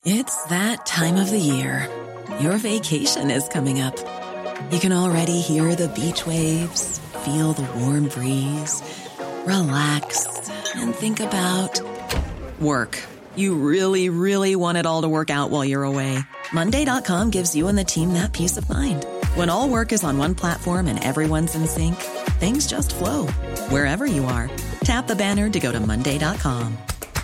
It's that time of the year. Your vacation is coming up. You can already hear the beach waves, feel the warm breeze, relax, and think about work. You really, really want it all to work out while you're away. Monday.com gives you and the team that peace of mind. When all work is on one platform and everyone's in sync, things just flow. Wherever you are, tap the banner to go to Monday.com.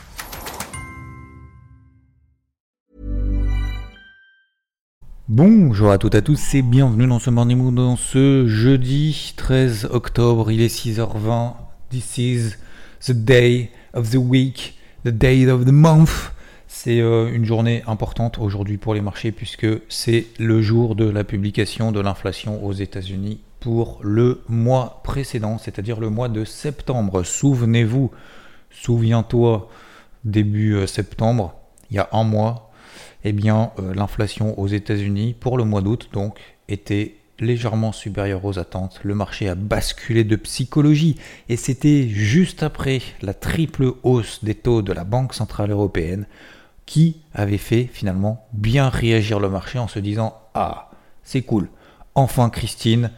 Bonjour à toutes et à tous et bienvenue dans ce Morning Mood dans ce jeudi 13 octobre, il est 6h20. This is the day of the week, the day of the month. C'est une journée importante aujourd'hui pour les marchés puisque c'est le jour de la publication de l'inflation aux États-Unis pour le mois précédent, c'est-à-dire le mois de septembre. Souviens-toi, début septembre, il y a un mois, eh bien, l'inflation aux États-Unis pour le mois d'août donc était légèrement supérieure aux attentes. Le marché a basculé de psychologie et c'était juste après la triple hausse des taux de la Banque Centrale Européenne qui avait fait finalement bien réagir le marché en se disant « Ah, c'est cool, enfin Christine,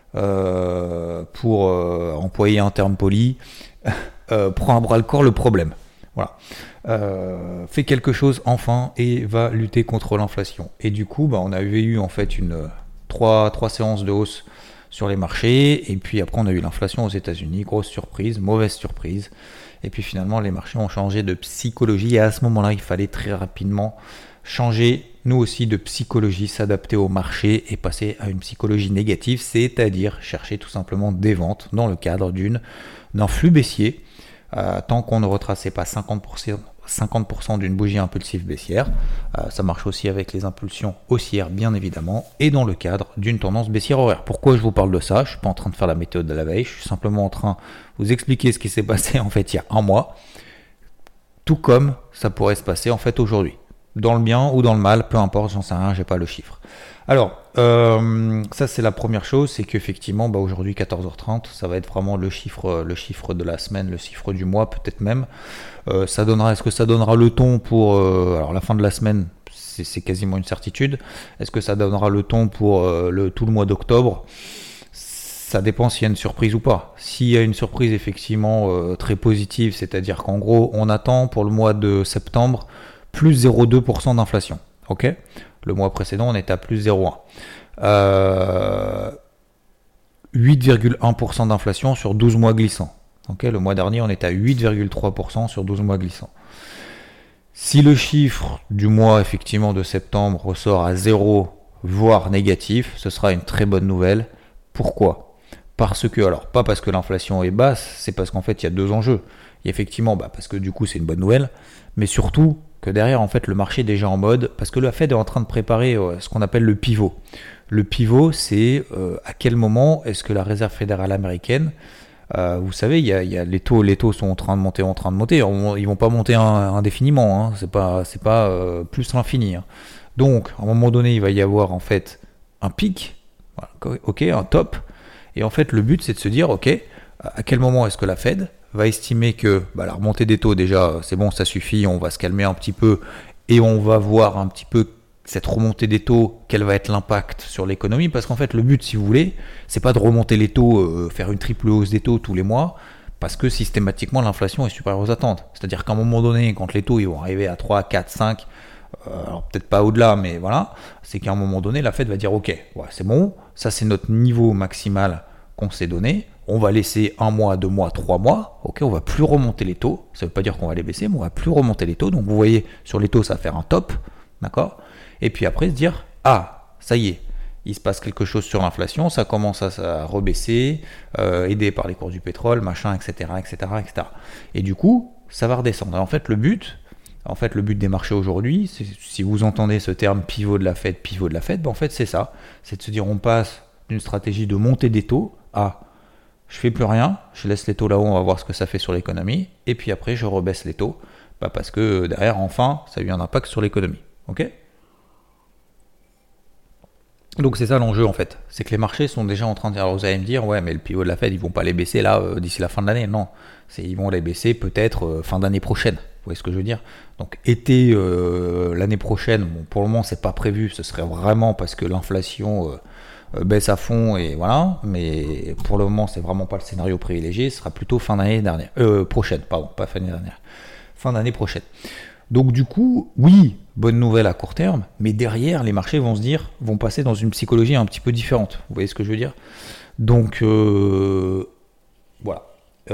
pour employer un terme poli, prend à bras le corps le problème. » Voilà. Fait quelque chose enfin et va lutter contre l'inflation. Et du coup, on avait eu en fait trois séances de hausse sur les marchés. Et puis après, on a eu l'inflation aux États-Unis. Grosse surprise, mauvaise surprise. Et puis finalement, les marchés ont changé de psychologie. Et à ce moment-là, il fallait très rapidement changer, nous aussi, de psychologie, s'adapter au marché et passer à une psychologie négative, c'est-à-dire chercher tout simplement des ventes dans le cadre d'un flux baissier. Tant qu'on ne retraçait pas 50% d'une bougie impulsive baissière, ça marche aussi avec les impulsions haussières bien évidemment, et dans le cadre d'une tendance baissière horaire. Pourquoi je vous parle de ça ? Je ne suis pas en train de faire la méthode de la veille, je suis simplement en train de vous expliquer ce qui s'est passé en fait il y a un mois, tout comme ça pourrait se passer en fait aujourd'hui. Dans le bien ou dans le mal, peu importe, j'en sais rien, j'ai pas le chiffre. Alors, ça c'est la première chose, c'est qu'effectivement, aujourd'hui 14h30, ça va être vraiment le chiffre de la semaine, le chiffre du mois, peut-être même. Est-ce que ça donnera le ton pour, alors la fin de la semaine, c'est quasiment une certitude. Est-ce que ça donnera le ton pour tout le mois d'octobre ? Ça dépend s'il y a une surprise ou pas. S'il y a une surprise effectivement très positive, c'est-à-dire qu'en gros, on attend pour le mois de septembre plus 0,2% d'inflation. Ok ? Le mois précédent, on était à plus 0,1. 8,1% d'inflation sur 12 mois glissants. Okay, le mois dernier, on était à 8,3% sur 12 mois glissants. Si le chiffre du mois effectivement de septembre ressort à 0, voire négatif, ce sera une très bonne nouvelle. Pourquoi ? Parce que, alors pas parce que l'inflation est basse, c'est parce qu'en fait il y a deux enjeux. Et effectivement, parce que du coup c'est une bonne nouvelle, mais surtout que derrière, en fait, le marché est déjà en mode, parce que la Fed est en train de préparer ce qu'on appelle le pivot. Le pivot, c'est à quel moment est-ce que la Réserve fédérale américaine, vous savez, il y a les taux sont en train de monter. Ils vont pas monter indéfiniment, hein, c'est pas plus l'infini. Hein. Donc, à un moment donné, il va y avoir en fait un pic, ok, un top, et en fait, le but, c'est de se dire, ok, à quel moment est-ce que la Fed va estimer que la remontée des taux, déjà, c'est bon, ça suffit, on va se calmer un petit peu et on va voir un petit peu cette remontée des taux, quel va être l'impact sur l'économie, parce qu'en fait, le but, si vous voulez, c'est pas de remonter les taux, faire une triple hausse des taux tous les mois, parce que systématiquement, l'inflation est supérieure aux attentes. C'est-à-dire qu'à un moment donné, quand les taux ils vont arriver à 3, 4, 5, alors peut-être pas au-delà, mais voilà, c'est qu'à un moment donné, la Fed va dire, ok, c'est bon, ça c'est notre niveau maximal qu'on s'est donné, on va laisser 1 mois, 2 mois, 3 mois, ok, on va plus remonter les taux, ça veut pas dire qu'on va les baisser, mais on va plus remonter les taux, donc vous voyez, sur les taux, ça va faire un top, d'accord ? Et puis après, se dire, ça y est, il se passe quelque chose sur l'inflation, ça commence à rebaisser, aidé par les cours du pétrole, machin, etc., etc., etc. Et du coup, ça va redescendre. Et en fait, le but des marchés aujourd'hui, c'est, si vous entendez ce terme pivot de la Fed, en fait, c'est ça, c'est de se dire, on passe d'une stratégie de montée des taux à je fais plus rien, je laisse les taux là-haut, on va voir ce que ça fait sur l'économie, et puis après je rebaisse les taux, parce que derrière, enfin, ça a eu un impact sur l'économie. Ok ? Donc c'est ça l'enjeu en fait, c'est que les marchés sont déjà en train de dire, alors vous allez me dire, ouais mais le pivot de la Fed, ils vont pas les baisser là d'ici la fin de l'année, non, ils vont les baisser peut-être fin d'année prochaine, voyez ce que je veux dire? Donc été l'année prochaine, bon, pour le moment c'est pas prévu, ce serait vraiment parce que l'inflation baisse à fond et voilà, mais pour le moment c'est vraiment pas le scénario privilégié, ce sera plutôt fin d'année dernière, prochaine, pardon, pas fin d'année dernière, fin d'année prochaine. Donc du coup, oui, bonne nouvelle à court terme, mais derrière les marchés vont passer dans une psychologie un petit peu différente, vous voyez ce que je veux dire? Donc voilà,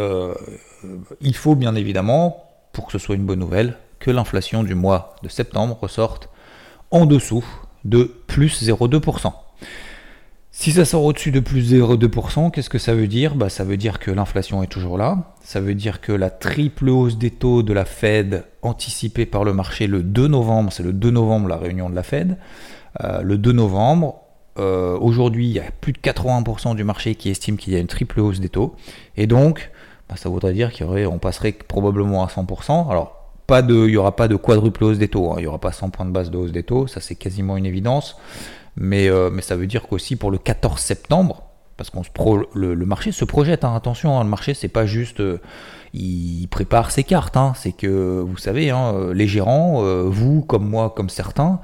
il faut bien évidemment, pour que ce soit une bonne nouvelle, que l'inflation du mois de septembre ressorte en dessous de plus 0,2%. Si ça sort au-dessus de plus 0,2%, qu'est-ce que ça veut dire? Ça veut dire que l'inflation est toujours là. Ça veut dire que la triple hausse des taux de la Fed anticipée par le marché le 2 novembre, c'est le 2 novembre la réunion de la Fed, le 2 novembre, aujourd'hui il y a plus de 80% du marché qui estime qu'il y a une triple hausse des taux. Et donc, ça voudrait dire qu'on passerait probablement à 100%. Alors, il n'y aura pas de quadruple hausse des taux, hein. Il n'y aura pas 100 points de base de hausse des taux, ça c'est quasiment une évidence. Mais ça veut dire qu'aussi pour le 14 septembre, parce que le marché se projette, hein, attention, hein, le marché c'est pas juste, il prépare ses cartes, hein, c'est que vous savez, hein, les gérants, vous comme moi, comme certains,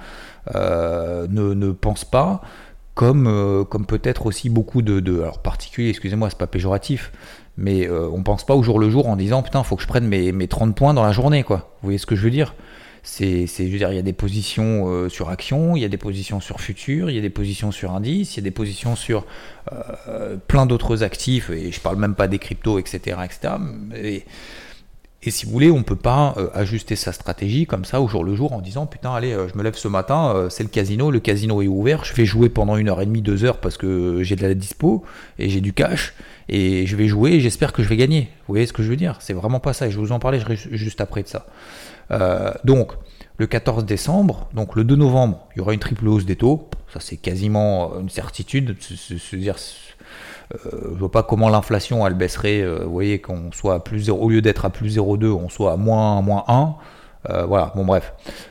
ne pensent pas, comme peut-être aussi beaucoup alors particuliers, excusez-moi, c'est pas péjoratif, mais on pense pas au jour le jour en disant putain, faut que je prenne mes 30 points dans la journée, quoi. Vous voyez ce que je veux dire? Je veux dire, il y a des positions sur actions, il y a des positions sur futurs, il y a des positions sur indices, il y a des positions sur plein d'autres actifs, et je parle même pas des cryptos, etc. etc. Et si vous voulez, on ne peut pas ajuster sa stratégie comme ça au jour le jour en disant putain, allez, je me lève ce matin, c'est le casino est ouvert, je vais jouer pendant 1h30, 2 heures parce que j'ai de la dispo et j'ai du cash, et je vais jouer et j'espère que je vais gagner. Vous voyez ce que je veux dire? C'est vraiment pas ça, et je vais vous en parler juste après de ça. Donc le 14 décembre, donc le 2 novembre, il y aura une triple hausse des taux. Ça c'est quasiment une certitude. C'est-à-dire, je vois pas comment l'inflation elle baisserait. Vous voyez, qu'on soit à plus 0, au lieu d'être à plus 0,2, on soit à moins 1. Voilà, bon bref.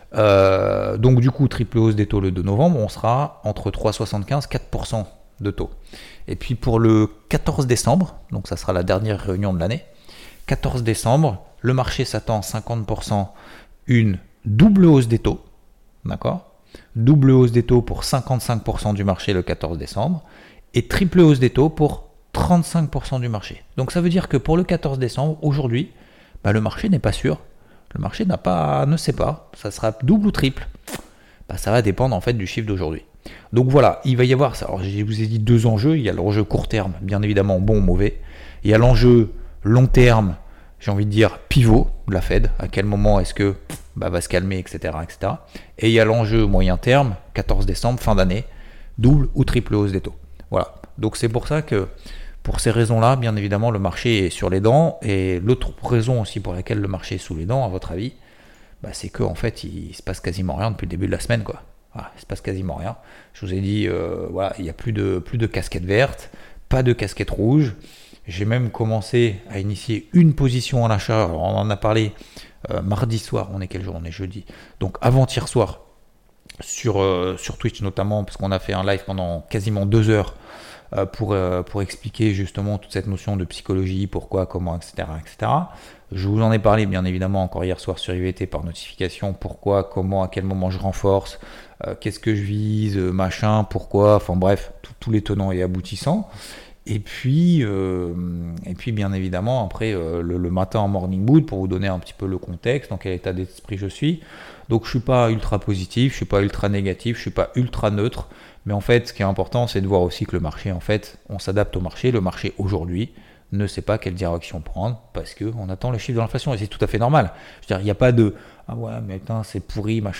Donc du coup, triple hausse des taux le 2 novembre, on sera entre 3,75 et 4% de taux. Et puis pour le 14 décembre, donc ça sera la dernière réunion de l'année, 14 décembre, le marché s'attend à 50% une double hausse des taux, d'accord? Double hausse des taux pour 55% du marché le 14 décembre et triple hausse des taux pour 35% du marché. Donc ça veut dire que pour le 14 décembre, aujourd'hui, le marché n'est pas sûr. Le marché ne sait pas. Ça sera double ou triple. Ça va dépendre en fait du chiffre d'aujourd'hui. Donc voilà, il va y avoir ça. Alors je vous ai dit deux enjeux. Il y a l'enjeu court terme, bien évidemment bon ou mauvais. Il y a l'enjeu long terme, j'ai envie de dire pivot de la Fed, à quel moment est-ce que va se calmer, etc., etc. Et il y a l'enjeu moyen terme, 14 décembre, fin d'année, double ou triple hausse des taux. Voilà, donc c'est pour ça que, pour ces raisons-là, bien évidemment, le marché est sur les dents. Et l'autre raison aussi pour laquelle le marché est sous les dents, à votre avis, c'est qu'en fait, il se passe quasiment rien depuis le début de la semaine, quoi. Voilà, il se passe quasiment rien. Je vous ai dit, voilà, il n'y a plus de casquette verte, pas de casquette rouge. J'ai même commencé à initier une position en achat. Alors, on en a parlé mardi soir. On est quel jour? On est jeudi. Donc avant-hier soir sur Twitch notamment, parce qu'on a fait un live pendant quasiment 2 heures pour expliquer justement toute cette notion de psychologie, pourquoi, comment, etc., etc. Je vous en ai parlé bien évidemment encore hier soir sur IVT par notification. Pourquoi, comment, à quel moment je renforce, qu'est-ce que je vise, machin, pourquoi, enfin bref, tous les tenants et aboutissants. Et puis bien évidemment, après, le matin en morning mood, pour vous donner un petit peu le contexte, dans quel état d'esprit je suis. Donc je ne suis pas ultra positif, je ne suis pas ultra négatif, je ne suis pas ultra neutre. Mais en fait, ce qui est important, c'est de voir aussi que le marché, en fait, on s'adapte au marché. Le marché, aujourd'hui, ne sait pas quelle direction prendre parce qu'on attend le chiffre de l'inflation. Et c'est tout à fait normal. Je veux dire, il n'y a pas de « Ah ouais, mais putain, c'est pourri, machin ».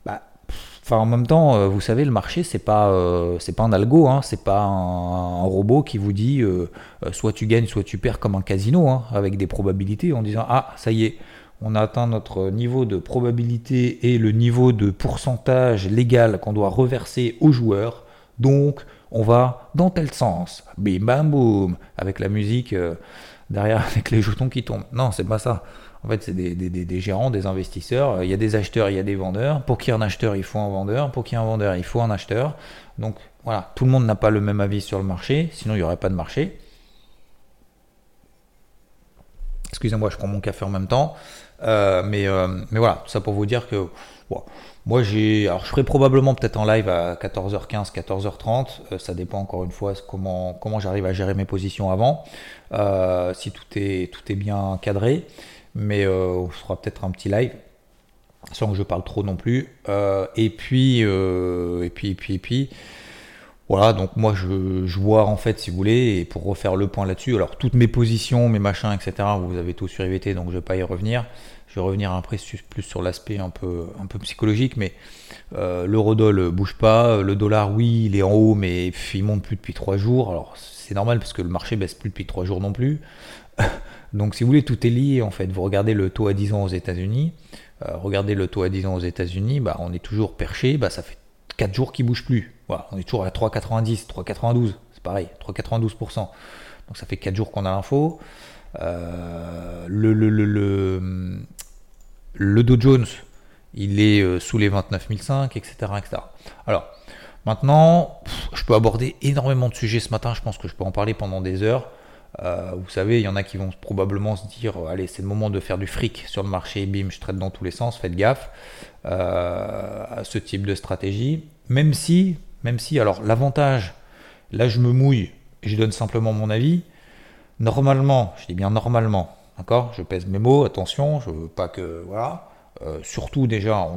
En même temps, vous savez, le marché, c'est pas un algo, hein, c'est pas un robot qui vous dit soit tu gagnes, soit tu perds comme un casino, hein, avec des probabilités en disant ah ça y est, on a atteint notre niveau de probabilité et le niveau de pourcentage légal qu'on doit reverser aux joueurs, donc on va dans tel sens, bim bam boum, avec la musique derrière, avec les jetons qui tombent. Non, c'est pas ça. En fait, c'est des gérants, des investisseurs. Il y a des acheteurs, il y a des vendeurs. Pour qu'il y ait un acheteur, il faut un vendeur. Pour qu'il y ait un vendeur, il faut un acheteur. Donc voilà, tout le monde n'a pas le même avis sur le marché, sinon il n'y aurait pas de marché. Excusez-moi, je prends mon café en même temps. Mais voilà, ça pour vous dire que bon, moi alors je ferai probablement peut-être en live à 14h15, 14h30. Ça dépend encore une fois comment j'arrive à gérer mes positions avant, si tout est bien cadré. Mais on fera peut-être un petit live sans que je parle trop non plus. Et puis voilà, donc moi je vois en fait, si vous voulez, et pour refaire le point là-dessus, alors toutes mes positions, mes machins, etc., vous avez tous survété, donc je vais pas y revenir. Je vais revenir après plus sur l'aspect un peu psychologique, mais l'eurodoll bouge pas, le dollar, oui, il est en haut, mais il monte plus depuis 3 jours. Alors c'est normal parce que le marché baisse plus depuis 3 jours non plus. Donc si vous voulez, tout est lié en fait. Vous regardez le taux à 10 ans aux États-Unis, regardez le taux à 10 ans aux États-Unis, bah, on est toujours perché, bah, ça fait 4 jours qu'il bouge plus. Voilà, on est toujours à 3,90, 3,92, c'est pareil, 3,92%. Donc ça fait 4 jours qu'on a l'info. Le Dow Jones, il est sous les 29 500, etc., etc. Alors, maintenant, je peux aborder énormément de sujets ce matin, je pense que je peux en parler pendant des heures. Vous savez, il y en a qui vont probablement se dire allez, c'est le moment de faire du fric sur le marché, bim, je traite dans tous les sens, faites gaffe à ce type de stratégie. Même si, alors l'avantage, là je me mouille et je donne simplement mon avis. Normalement, je dis bien normalement, d'accord, je pèse mes mots, attention, je veux pas que, voilà. Surtout déjà, on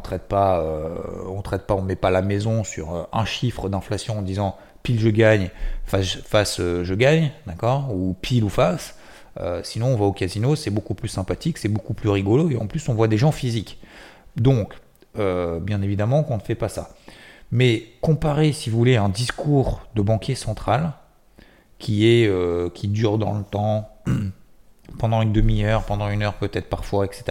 met pas la maison sur un chiffre d'inflation en disant pile je gagne, face je gagne, d'accord, ou pile ou face. Sinon on va au casino, c'est beaucoup plus sympathique, c'est beaucoup plus rigolo et en plus on voit des gens physiques. Donc, bien évidemment qu'on ne fait pas ça. Mais comparer, si vous voulez, un discours de banquier central qui dure dans le temps, pendant une demi-heure, pendant une heure peut-être parfois, etc.,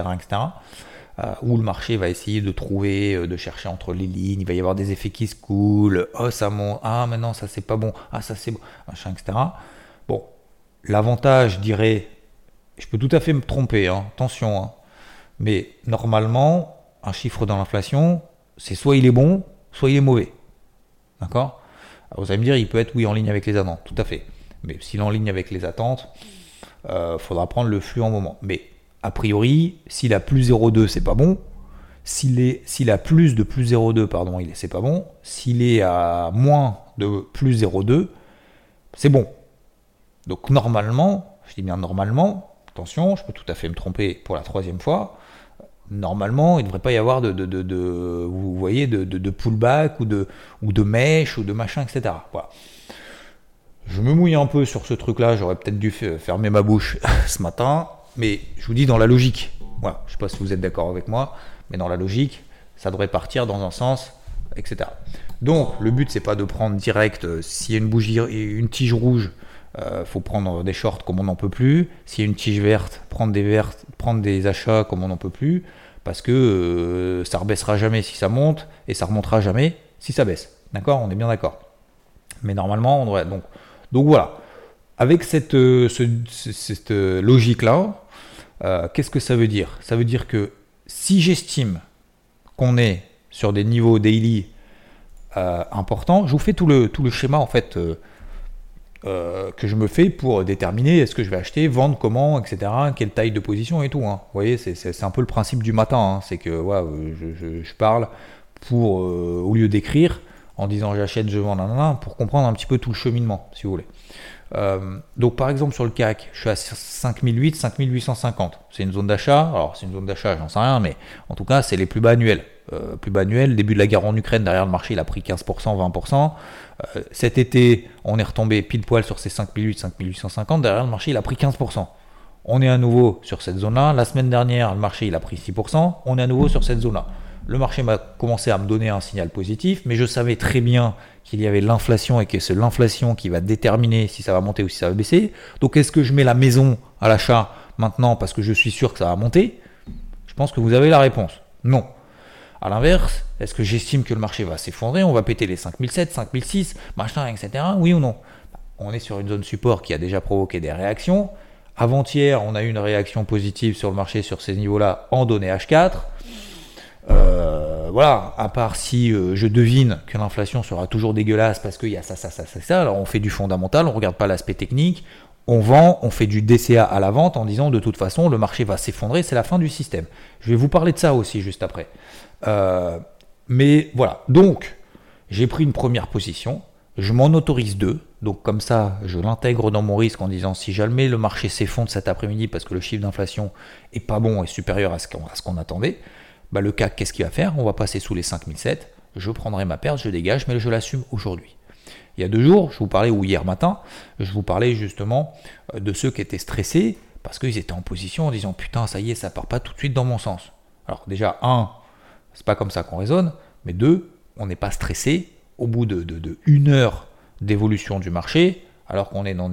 où le marché va essayer de trouver, de chercher entre les lignes, il va y avoir des effets qui se coulent, oh ça monte, ah mais non ça c'est pas bon, ah ça c'est bon, machin, etc. Bon, l'avantage, je dirais, je peux tout à fait me tromper, hein, attention, hein, mais normalement, un chiffre dans l'inflation, c'est soit il est bon, soit il est mauvais, d'accord? Alors vous allez me dire, il peut être oui en ligne avec les attentes, tout à fait, mais s'il est en ligne avec les attentes, faudra prendre le flux en moment, mais a priori, s'il a plus 0,2, c'est pas bon. S'il a plus de plus 0,2, pardon, c'est pas bon. S'il est à moins de plus 0,2, c'est bon. Donc normalement, je dis bien normalement, attention, je peux tout à fait me tromper pour la 3e fois. Normalement, il ne devrait pas y avoir vous voyez, de pullback ou de mèche ou de machin, etc. Voilà. Je me mouille un peu sur ce truc-là. J'aurais peut-être dû fermer ma bouche ce matin. Mais je vous dis dans la logique, voilà, je ne sais pas si vous êtes d'accord avec moi, mais dans la logique, ça devrait partir dans un sens, etc. Donc le but c'est pas de prendre direct, s'il y a une bougie, une tige rouge, faut prendre des shorts comme on n'en peut plus. S'il y a une tige verte, prendre des achats comme on n'en peut plus, parce que ça rebaissera jamais si ça monte et ça remontera jamais si ça baisse. D'accord, on est bien d'accord. Mais normalement, on devrait donc voilà. Avec cette logique-là, qu'est-ce que ça veut dire? Ça veut dire que si j'estime qu'on est sur des niveaux daily importants, je vous fais tout le schéma en fait que je me fais pour déterminer est-ce que je vais acheter, vendre, comment, etc., quelle taille de position et tout. Hein. Vous voyez, c'est un peu le principe du matin. Hein. C'est que je parle pour, au lieu d'écrire en disant j'achète, je vends, nanana, pour comprendre un petit peu tout le cheminement, si vous voulez. Donc par exemple sur le CAC, je suis à 5008, 5850. C'est une zone d'achat. Alors c'est une zone d'achat, j'en sais rien, mais en tout cas c'est les plus bas annuels. Début de la guerre en Ukraine, derrière le marché il a pris 15%, 20%. Cet été, on est retombé pile poil sur ces 5008, 5850. Derrière le marché il a pris 15%. On est à nouveau sur cette zone-là. La semaine dernière, le marché il a pris 6%. On est à nouveau sur cette zone-là. Le marché m'a commencé à me donner un signal positif, mais je savais très bien qu'il y avait l'inflation et que c'est l'inflation qui va déterminer si ça va monter ou si ça va baisser. Donc est-ce que je mets la maison à l'achat maintenant parce que je suis sûr que ça va monter? Je pense que vous avez la réponse. Non. À l'inverse, est-ce que j'estime que le marché va s'effondrer, on va péter les 5007, 5006, machin, etc. Oui ou non? On est sur une zone support qui a déjà provoqué des réactions. Avant-hier, on a eu une réaction positive sur le marché sur ces niveaux-là en données H4. Voilà, à part si je devine que l'inflation sera toujours dégueulasse parce qu'il y a ça, alors on fait du fondamental, on regarde pas l'aspect technique, on vend, on fait du DCA à la vente en disant de toute façon le marché va s'effondrer, c'est la fin du système. Je vais vous parler de ça aussi juste après. Mais voilà, donc j'ai pris une première position, je m'en autorise 2, donc comme ça je l'intègre dans mon risque en disant si jamais le marché s'effondre cet après-midi parce que le chiffre d'inflation est pas bon et supérieur à ce qu'on attendait, bah le CAC qu'est-ce qu'il va faire? On va passer sous les 5007, je prendrai ma perte, je dégage, mais je l'assume aujourd'hui. Il y a 2 jours, je vous parlais, ou hier matin, je vous parlais justement de ceux qui étaient stressés parce qu'ils étaient en position en disant putain ça y est, ça part pas tout de suite dans mon sens. Alors déjà, 1, c'est pas comme ça qu'on raisonne, mais 2, on n'est pas stressé au bout de 1 heure d'évolution du marché, alors qu'on est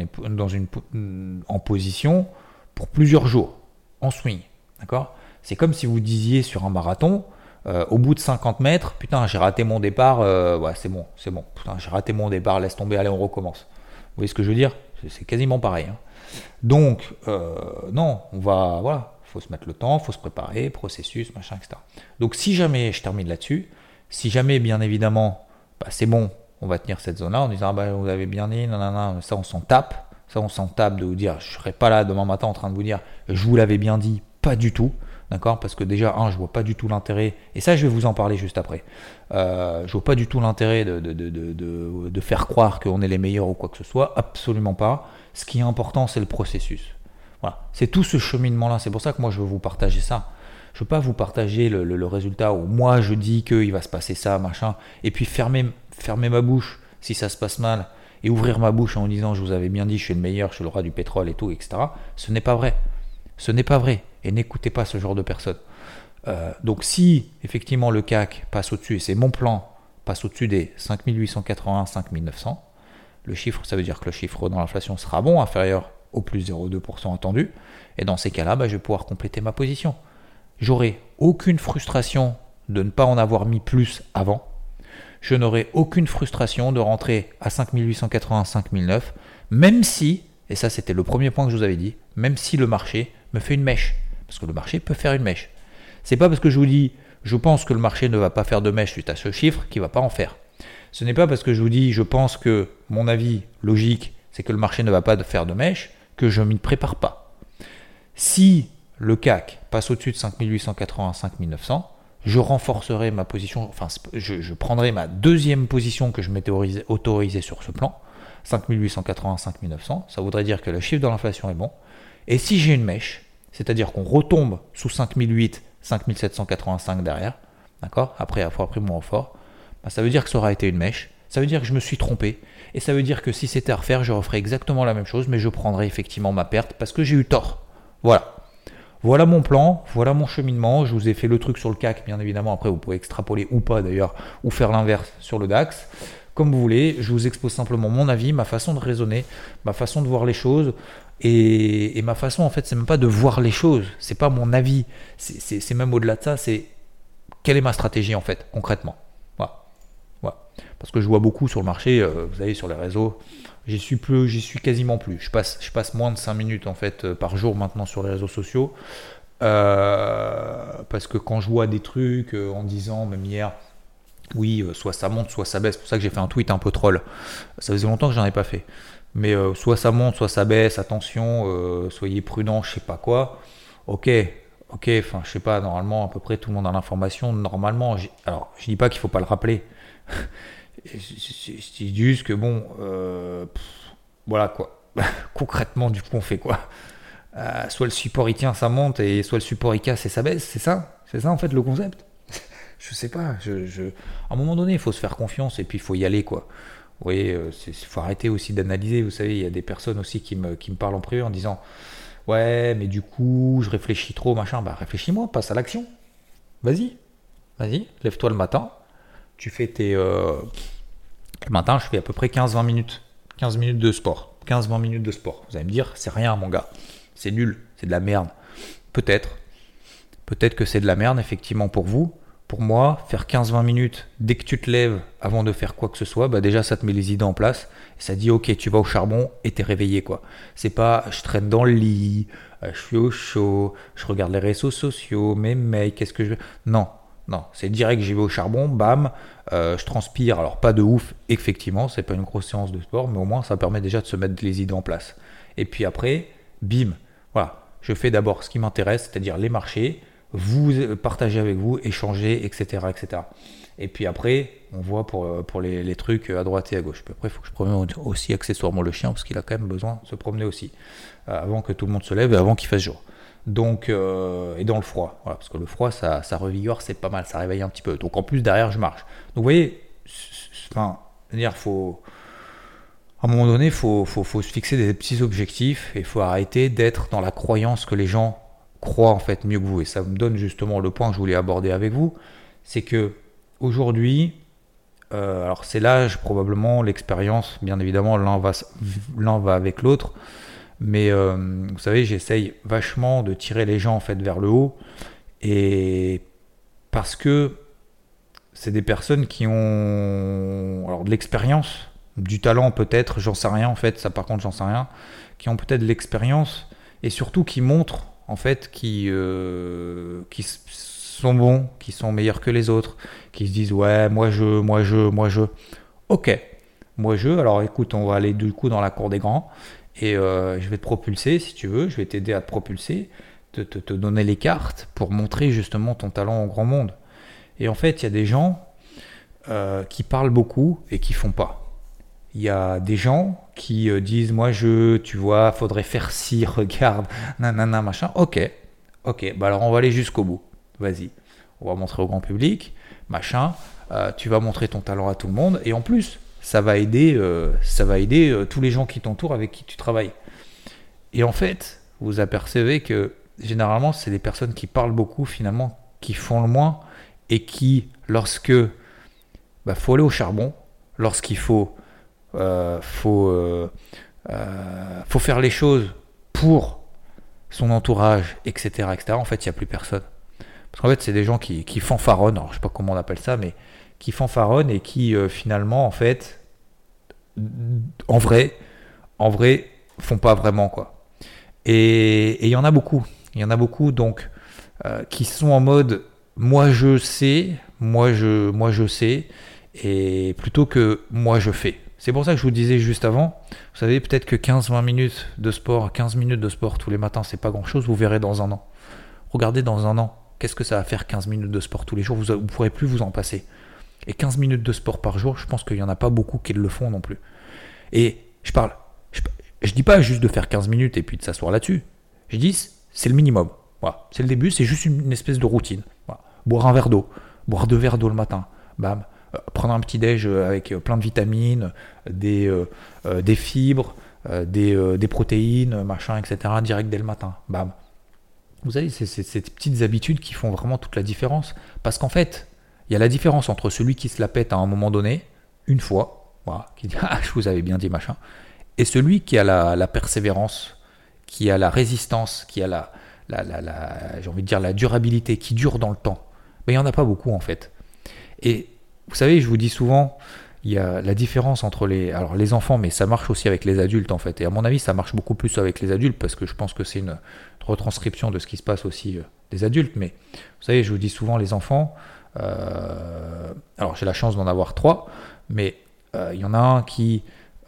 en position pour plusieurs jours, en swing. D'accord ? C'est comme si vous disiez sur un marathon, au bout de 50 mètres, putain, j'ai raté mon départ, ouais, c'est bon, putain, j'ai raté mon départ, laisse tomber, allez, on recommence. Vous voyez ce que je veux dire ? C'est quasiment pareil. Hein. Donc, non, voilà, faut se mettre le temps, faut se préparer, processus, machin, etc. Donc, si jamais, je termine là-dessus, si jamais, bien évidemment, c'est bon, on va tenir cette zone-là en disant, vous avez bien dit, nanana, ça, on s'en tape. Ça, on s'en tape de vous dire, je ne serai pas là demain matin en train de vous dire, je vous l'avais bien dit, pas du tout. D'accord ? Parce que déjà, je vois pas du tout l'intérêt, et ça je vais vous en parler juste après, je vois pas du tout l'intérêt de faire croire qu'on est les meilleurs ou quoi que ce soit, absolument pas. Ce qui est important, c'est le processus. Voilà. C'est tout ce cheminement-là, c'est pour ça que moi je veux vous partager ça. Je veux pas vous partager le résultat où moi je dis qu'il va se passer ça, machin, et puis fermer ma bouche si ça se passe mal, et ouvrir ma bouche en disant je vous avais bien dit, je suis le meilleur, je suis le roi du pétrole et tout, etc. Ce n'est pas vrai. Ce n'est pas vrai. Et n'écoutez pas ce genre de personnes. Donc si effectivement le CAC passe au-dessus, et c'est mon plan, passe au-dessus des 5880, 5900, le chiffre, ça veut dire que le chiffre dans l'inflation sera bon, inférieur au plus 0,2% attendu, et dans ces cas-là, je vais pouvoir compléter ma position. J'aurai aucune frustration de ne pas en avoir mis plus avant. Je n'aurai aucune frustration de rentrer à 5880, 5009, même si, et ça c'était le premier point que je vous avais dit, même si le marché me fait une mèche. Parce que le marché peut faire une mèche. C'est pas parce que je vous dis, je pense que le marché ne va pas faire de mèche suite à ce chiffre qu'il va pas en faire. Ce n'est pas parce que je vous dis, je pense que mon avis logique, c'est que le marché ne va pas faire de mèche, que je m'y prépare pas. Si le CAC passe au-dessus de 5880, 5900, je renforcerai ma position, enfin, je prendrai ma deuxième position que je m'étais autorisée sur ce plan, 5880, 5900, ça voudrait dire que le chiffre de l'inflation est bon. Et si j'ai une mèche, c'est-à-dire qu'on retombe sous 5008, 5785 derrière, d'accord, après avoir pris mon renfort, ça veut dire que ça aura été une mèche, ça veut dire que je me suis trompé, et ça veut dire que si c'était à refaire, je referais exactement la même chose, mais je prendrais effectivement ma perte parce que j'ai eu tort. Voilà. Voilà mon plan, voilà mon cheminement, je vous ai fait le truc sur le CAC, bien évidemment, après vous pouvez extrapoler ou pas d'ailleurs, ou faire l'inverse sur le DAX, comme vous voulez, je vous expose simplement mon avis, ma façon de raisonner, ma façon de voir les choses, et ma façon, en fait, c'est même pas de voir les choses, c'est pas mon avis, c'est même au-delà de ça, c'est quelle est ma stratégie, en fait, concrètement. Voilà. Parce que je vois beaucoup sur le marché, vous savez, sur les réseaux, j'y suis quasiment plus. Je passe moins de 5 minutes, en fait, par jour maintenant sur les réseaux sociaux, parce que quand je vois des trucs en disant, même hier, oui, soit ça monte, soit ça baisse, c'est pour ça que j'ai fait un tweet un peu troll, ça faisait longtemps que j'en ai pas fait. Mais soit ça monte, soit ça baisse, attention, soyez prudents, je sais pas quoi. Ok, enfin je sais pas, normalement à peu près tout le monde a l'information, normalement, alors je dis pas qu'il faut pas le rappeler, je dis juste que bon, voilà quoi, concrètement du coup on fait quoi, soit le support il tient, ça monte, et soit le support il casse et ça baisse, c'est ça en fait le concept. Je sais pas, à un moment donné il faut se faire confiance et puis il faut y aller quoi. Vous voyez, il faut arrêter aussi d'analyser. Vous savez, il y a des personnes aussi qui me parlent en privé en disant ouais, mais du coup, je réfléchis trop, machin. Réfléchis-moi, passe à l'action. Vas-y, lève-toi le matin. Tu fais le matin, je fais à peu près 15-20 minutes. 15 minutes de sport. 15-20 minutes de sport. Vous allez me dire, c'est rien, mon gars. C'est nul, c'est de la merde. Peut-être que c'est de la merde, effectivement, pour vous. Pour moi, faire 15-20 minutes dès que tu te lèves avant de faire quoi que ce soit, déjà ça te met les idées en place et ça dit ok, tu vas au charbon et t'es réveillé quoi. C'est pas je traîne dans le lit, je suis au chaud, je regarde les réseaux sociaux, mes mails, qu'est-ce que je veux. Non, c'est direct, j'y vais au charbon, bam, je transpire, alors pas de ouf, effectivement, c'est pas une grosse séance de sport, mais au moins ça permet déjà de se mettre les idées en place. Et puis après, bim, voilà, je fais d'abord ce qui m'intéresse, c'est-à-dire les marchés, vous partager avec vous, échanger, etc., etc. Et puis après, on voit pour les trucs à droite et à gauche. Puis après, il faut que je promène aussi accessoirement le chien, parce qu'il a quand même besoin de se promener aussi, avant que tout le monde se lève et avant qu'il fasse jour. Donc, et dans le froid, voilà, parce que le froid, ça revigore, c'est pas mal, ça réveille un petit peu. Donc en plus, derrière, je marche. Donc vous voyez, enfin, faut, à un moment donné, il faut se fixer des petits objectifs et il faut arrêter d'être dans la croyance que les gens croient en fait mieux que vous. Et ça me donne justement le point que je voulais aborder avec vous, c'est que aujourd'hui, alors c'est l'âge probablement, l'expérience, bien évidemment, l'un va avec l'autre, mais vous savez, j'essaye vachement de tirer les gens en fait vers le haut, et parce que c'est des personnes qui ont alors de l'expérience, du talent peut-être, j'en sais rien en fait, ça par contre j'en sais rien, qui ont peut-être de l'expérience et surtout qui montrent en fait qui sont bons, qui sont meilleurs que les autres, qui se disent ouais moi je, ok, alors écoute, on va aller du coup dans la cour des grands et je vais te propulser si tu veux, je vais t'aider à te propulser, te donner les cartes pour montrer justement ton talent au grand monde. Et en fait il y a des gens qui parlent beaucoup et qui font pas. Il y a des gens qui disent moi tu vois, faudrait faire ci, regarde, nanana, machin. Ok, bah alors on va aller jusqu'au bout. Vas-y, on va montrer au grand public, machin. Tu vas montrer ton talent à tout le monde et en plus, ça va aider tous les gens qui t'entourent avec qui tu travailles. Et en fait, vous apercevez que généralement, c'est des personnes qui parlent beaucoup finalement, qui font le moins et qui, lorsque faut aller au charbon, lorsqu'il faut faire les choses pour son entourage, etc., etc. En fait, il n'y a plus personne. Parce qu'en fait, c'est des gens qui fanfaronnent. Alors, je sais pas comment on appelle ça, mais qui fanfaronnent et qui finalement, en fait, en vrai, font pas vraiment quoi. Et il y en a beaucoup. Il y en a beaucoup donc qui sont en mode moi je sais, moi je sais, et plutôt que moi je fais. C'est pour ça que je vous disais juste avant, vous savez peut-être que 15 minutes de sport tous les matins, c'est pas grand chose, vous verrez dans un an. Regardez dans un an, qu'est-ce que ça va faire 15 minutes de sport tous les jours, vous ne pourrez plus vous en passer. Et 15 minutes de sport par jour, je pense qu'il n'y en a pas beaucoup qui le font non plus. Et je dis pas juste de faire 15 minutes et puis de s'asseoir là-dessus. Je dis c'est le minimum. Voilà. C'est le début, c'est juste une espèce de routine. Voilà. Boire un verre d'eau, boire 2 verres d'eau le matin, bam. Prendre un petit déj avec plein de vitamines, des fibres, des protéines, machin, etc. direct dès le matin, bam. Vous savez, c'est ces petites habitudes qui font vraiment toute la différence. Parce qu'en fait, il y a la différence entre celui qui se la pète à un moment donné, une fois, voilà, qui dit ah je vous avais bien dit machin, et celui qui a la persévérance, qui a la résistance, qui a j'ai envie de dire la durabilité, qui dure dans le temps. Mais il n'y en a pas beaucoup en fait. Et vous savez, je vous dis souvent, il y a la différence entre les enfants, mais ça marche aussi avec les adultes en fait. Et à mon avis, ça marche beaucoup plus avec les adultes parce que je pense que c'est une retranscription de ce qui se passe aussi des adultes. Mais vous savez, je vous dis souvent, les enfants, alors j'ai la chance d'en avoir 3, mais il y en a un qui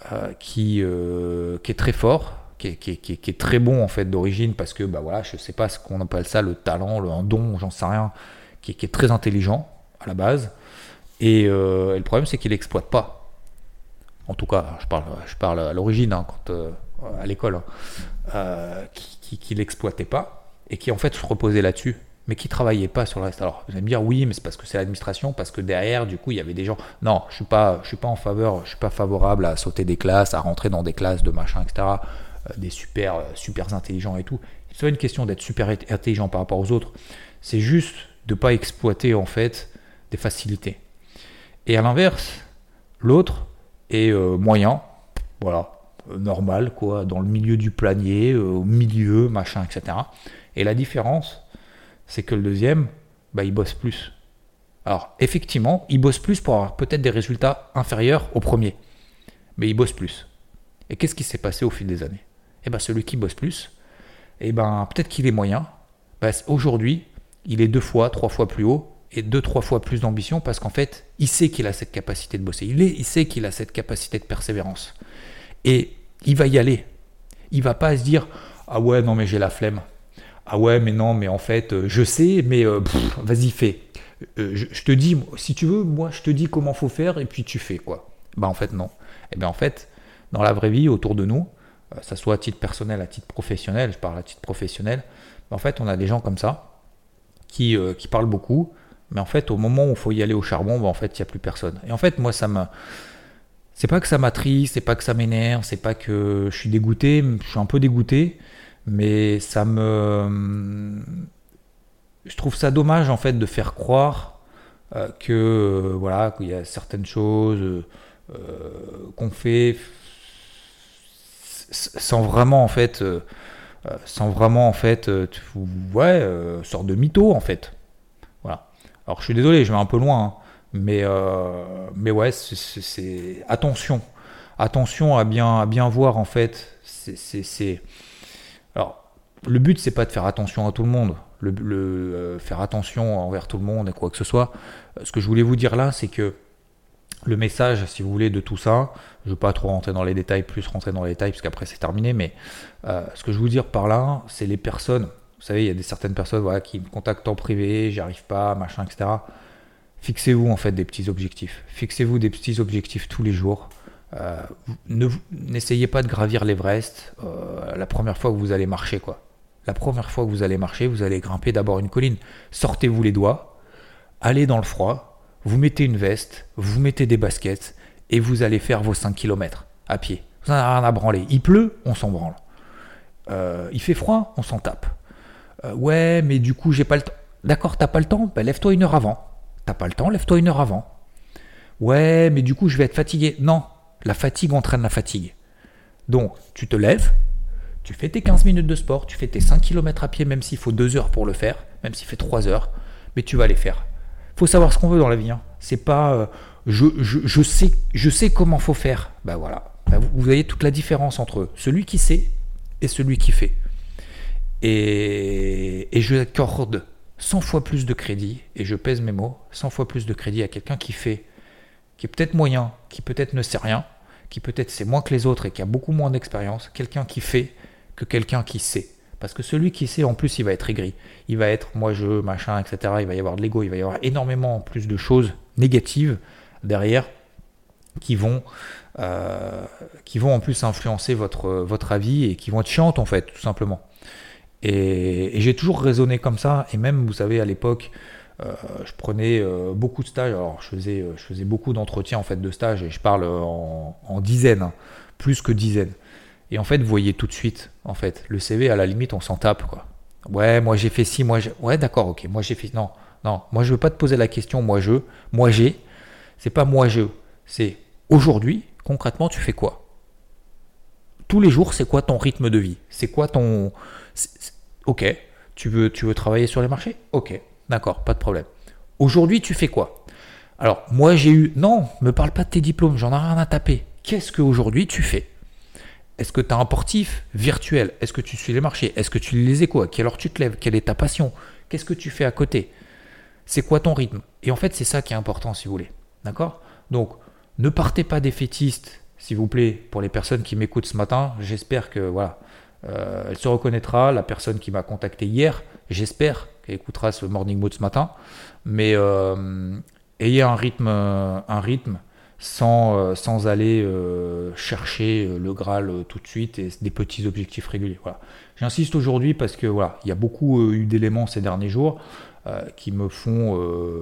est très fort, qui est très bon en fait d'origine parce que voilà, je sais pas ce qu'on appelle ça, le talent, un don, j'en sais rien, qui est très intelligent à la base. Et le problème, c'est qu'il l'exploite pas. En tout cas, je parle à l'origine, quand à l'école, qui l'exploitait pas et qui en fait se reposait là-dessus, mais qui travaillait pas sur le reste. Alors, vous allez me dire oui, mais c'est parce que c'est l'administration, parce que derrière, du coup, il y avait des gens. Non, je suis pas je suis pas favorable à sauter des classes, à rentrer dans des classes de machin, etc. Des super intelligents et tout. C'est pas une question d'être super intelligent par rapport aux autres. C'est juste de pas exploiter en fait des facilités. Et à l'inverse, l'autre est moyen, voilà, normal, quoi, dans le milieu du planier, au milieu, machin, etc. Et la différence, c'est que le deuxième, il bosse plus. Alors, effectivement, il bosse plus pour avoir peut-être des résultats inférieurs au premier. Mais il bosse plus. Et qu'est-ce qui s'est passé au fil des années ? Celui qui bosse plus, peut-être qu'il est moyen. Aujourd'hui, il est 2 fois, 3 fois plus haut, et 2-3 fois plus d'ambition parce qu'en fait, il sait qu'il a cette capacité de bosser. Il sait qu'il a cette capacité de persévérance. Et il va y aller. Il va pas se dire ah ouais non mais j'ai la flemme. Ah ouais mais non mais en fait je sais mais vas-y fais. Je te dis si tu veux moi je te dis comment faut faire et puis tu fais quoi. Bah en fait non. Et bien en fait dans la vraie vie autour de nous, ça soit à titre personnel, à titre professionnel, je parle à titre professionnel, en fait on a des gens comme ça qui parlent beaucoup, mais en fait au moment où il faut y aller au charbon, bah, en fait il n'y a plus personne. Et en fait moi c'est pas que ça m'attriste, c'est pas que ça m'énerve, c'est pas que je suis dégoûté, je suis un peu dégoûté, mais je trouve ça dommage en fait de faire croire que voilà qu'il y a certaines choses qu'on fait sans vraiment en fait sorte de mytho en fait. Voilà. Alors je suis désolé, je vais un peu loin, hein, mais ouais, c'est attention à bien voir en fait. Alors le but c'est pas de faire attention à tout le monde, faire attention envers tout le monde et quoi que ce soit. Ce que je voulais vous dire là, c'est que le message, si vous voulez, de tout ça, je ne veux pas trop rentrer dans les détails, parce qu'après c'est terminé, mais ce que je veux vous dire par là, c'est les personnes, vous savez, il y a certaines personnes voilà, qui me contactent en privé, j'y arrive pas, machin, etc. Fixez-vous en fait des petits objectifs. Fixez-vous des petits objectifs tous les jours. N'essayez pas de gravir l'Everest la première fois que vous allez marcher, quoi. La première fois que vous allez marcher, vous allez grimper d'abord une colline. Sortez-vous les doigts, allez dans le froid, vous mettez une veste, vous mettez des baskets et vous allez faire vos 5 km à pied. Vous n'en avez rien à branler. Il pleut, on s'en branle. Il fait froid, on s'en tape. Ouais, mais du coup, j'ai pas le temps. D'accord, t'as pas le temps, ben, lève-toi une heure avant. T'as pas le temps, lève-toi une heure avant. Ouais, mais du coup, je vais être fatigué. Non, la fatigue entraîne la fatigue. Donc, tu te lèves, tu fais tes 15 minutes de sport, tu fais tes 5 km à pied, même s'il faut 2 heures pour le faire, même s'il fait 3 heures, mais tu vas les faire. Faut savoir ce qu'on veut dans la vie. Hein. C'est pas je sais comment faut faire. Ben voilà. Ben vous voyez toute la différence entre celui qui sait et celui qui fait. Et je accorde 100 fois plus de crédit, et je pèse mes mots, 100 fois plus de crédit à quelqu'un qui fait, qui est peut-être moyen, qui peut-être ne sait rien, qui peut-être sait moins que les autres et qui a beaucoup moins d'expérience, quelqu'un qui fait que quelqu'un qui sait. Parce que celui qui sait, en plus, il va être aigri. Il va être moi, je, machin, etc. Il va y avoir de l'ego, il va y avoir énormément plus de choses négatives derrière qui vont en plus influencer votre avis et qui vont être chiantes, en fait, tout simplement. Et j'ai toujours raisonné comme ça. Et même, vous savez, à l'époque, je prenais beaucoup de stages. Alors, je faisais beaucoup d'entretiens, en fait, de stages. Et je parle en dizaines, hein, plus que dizaines. Et en fait, vous voyez tout de suite, en fait, le CV, à la limite, on s'en tape, quoi. Ouais, moi j'ai fait ci, ouais, d'accord, ok, moi j'ai fait... Non, moi je veux pas te poser la question, moi j'ai. C'est pas moi je, c'est aujourd'hui, concrètement, tu fais quoi? Tous les jours, c'est quoi ton rythme de vie? C'est quoi ton... Ok, tu veux travailler sur les marchés? Ok, d'accord, pas de problème. Aujourd'hui, tu fais quoi? Alors, moi j'ai eu... Non, me parle pas de tes diplômes, j'en ai rien à taper. Qu'est-ce qu'aujourd'hui tu fais? Est-ce que tu as un portif virtuel? Est-ce que tu suis les marchés? Est-ce que tu lis les échos? À quelle heure tu te lèves? Quelle est ta passion? Qu'est-ce que tu fais à côté? C'est quoi ton rythme? Et en fait, c'est ça qui est important, si vous voulez. D'accord? Donc, ne partez pas défaitiste, s'il vous plaît, pour les personnes qui m'écoutent ce matin. J'espère que, voilà, elle se reconnaîtra. La personne qui m'a contacté hier, j'espère qu'elle écoutera ce morning mood ce matin. Mais ayez un rythme sans aller chercher le Graal tout de suite et des petits objectifs réguliers. Voilà. J'insiste aujourd'hui parce que voilà, il y a beaucoup eu d'éléments ces derniers jours qui me font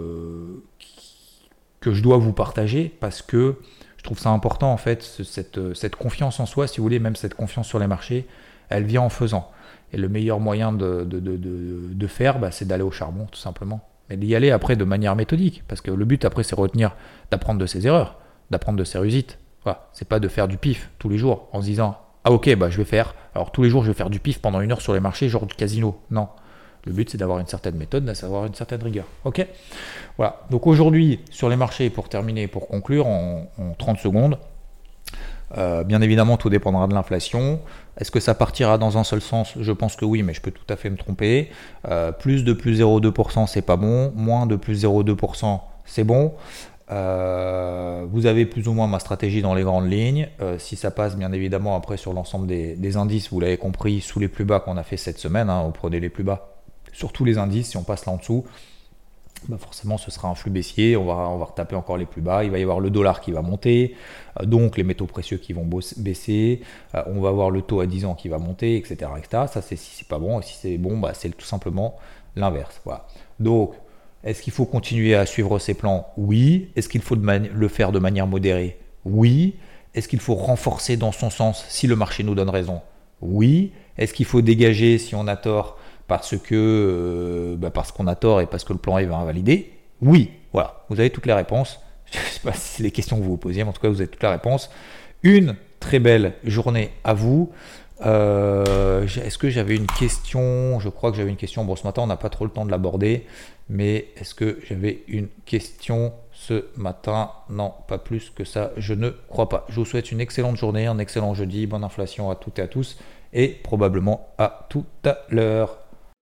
que je dois vous partager parce que je trouve ça important en fait, cette confiance en soi, si vous voulez, même cette confiance sur les marchés, elle vient en faisant. Et le meilleur moyen de faire, c'est d'aller au charbon tout simplement. Mais d'y aller après de manière méthodique, parce que le but après c'est d'apprendre de ses erreurs, d'apprendre de ses réussites. Voilà. C'est pas de faire du pif tous les jours en se disant ah ok je vais faire, alors tous les jours je vais faire du pif pendant 1 heure sur les marchés, genre du casino. Non. Le but c'est d'avoir une certaine méthode, d'avoir une certaine rigueur. Ok. Voilà. Donc aujourd'hui sur les marchés, pour terminer, pour conclure en 30 secondes, bien évidemment tout dépendra de l'inflation. Est-ce que ça partira dans un seul sens? Je pense que oui, mais je peux tout à fait me tromper. Plus de plus 0,2% c'est pas bon, moins de plus 0,2% c'est bon. Vous avez plus ou moins ma stratégie dans les grandes lignes. Si ça passe bien évidemment après sur l'ensemble des indices, vous l'avez compris, sous les plus bas qu'on a fait cette semaine, vous prenez les plus bas sur tous les indices. Si on passe là en dessous, forcément ce sera un flux baissier, on va retaper encore les plus bas, il va y avoir le dollar qui va monter, donc les métaux précieux qui vont baisser, on va avoir le taux à 10 ans qui va monter, etc. Ça c'est si c'est pas bon, et si c'est bon, c'est tout simplement l'inverse. Voilà. Donc, est-ce qu'il faut continuer à suivre ces plans? Oui. Est-ce qu'il faut le faire de manière modérée? Oui. Est-ce qu'il faut renforcer dans son sens si le marché nous donne raison? Oui. Est-ce qu'il faut dégager si on a tort parce qu'on a tort et parce que le plan A va invalider? Oui. Voilà, vous avez toutes les réponses. Je ne sais pas si c'est les questions que vous vous posiez, mais en tout cas, vous avez toutes les réponses. Une très belle journée à vous. Est-ce que j'avais une question? Je crois que j'avais une question. Bon, ce matin, on n'a pas trop le temps de l'aborder, mais est-ce que j'avais une question ce matin? Non, pas plus que ça, je ne crois pas. Je vous souhaite une excellente journée, un excellent jeudi, bonne inflation à toutes et à tous, et probablement à tout à l'heure.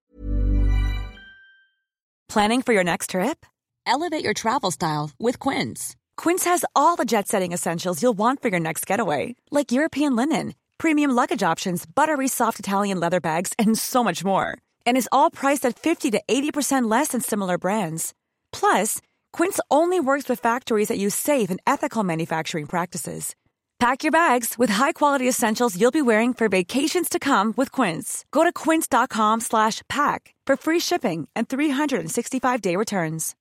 Planning for your next trip? Elevate your travel style with Quince. Quince has all the jet-setting essentials you'll want for your next getaway, like European linen, premium luggage options, buttery soft Italian leather bags, and so much more. And is all priced at 50 to 80% less than similar brands. Plus, Quince only works with factories that use safe and ethical manufacturing practices. Pack your bags with high-quality essentials you'll be wearing for vacations to come with Quince. Go to quince.com/pack for free shipping and 365-day returns.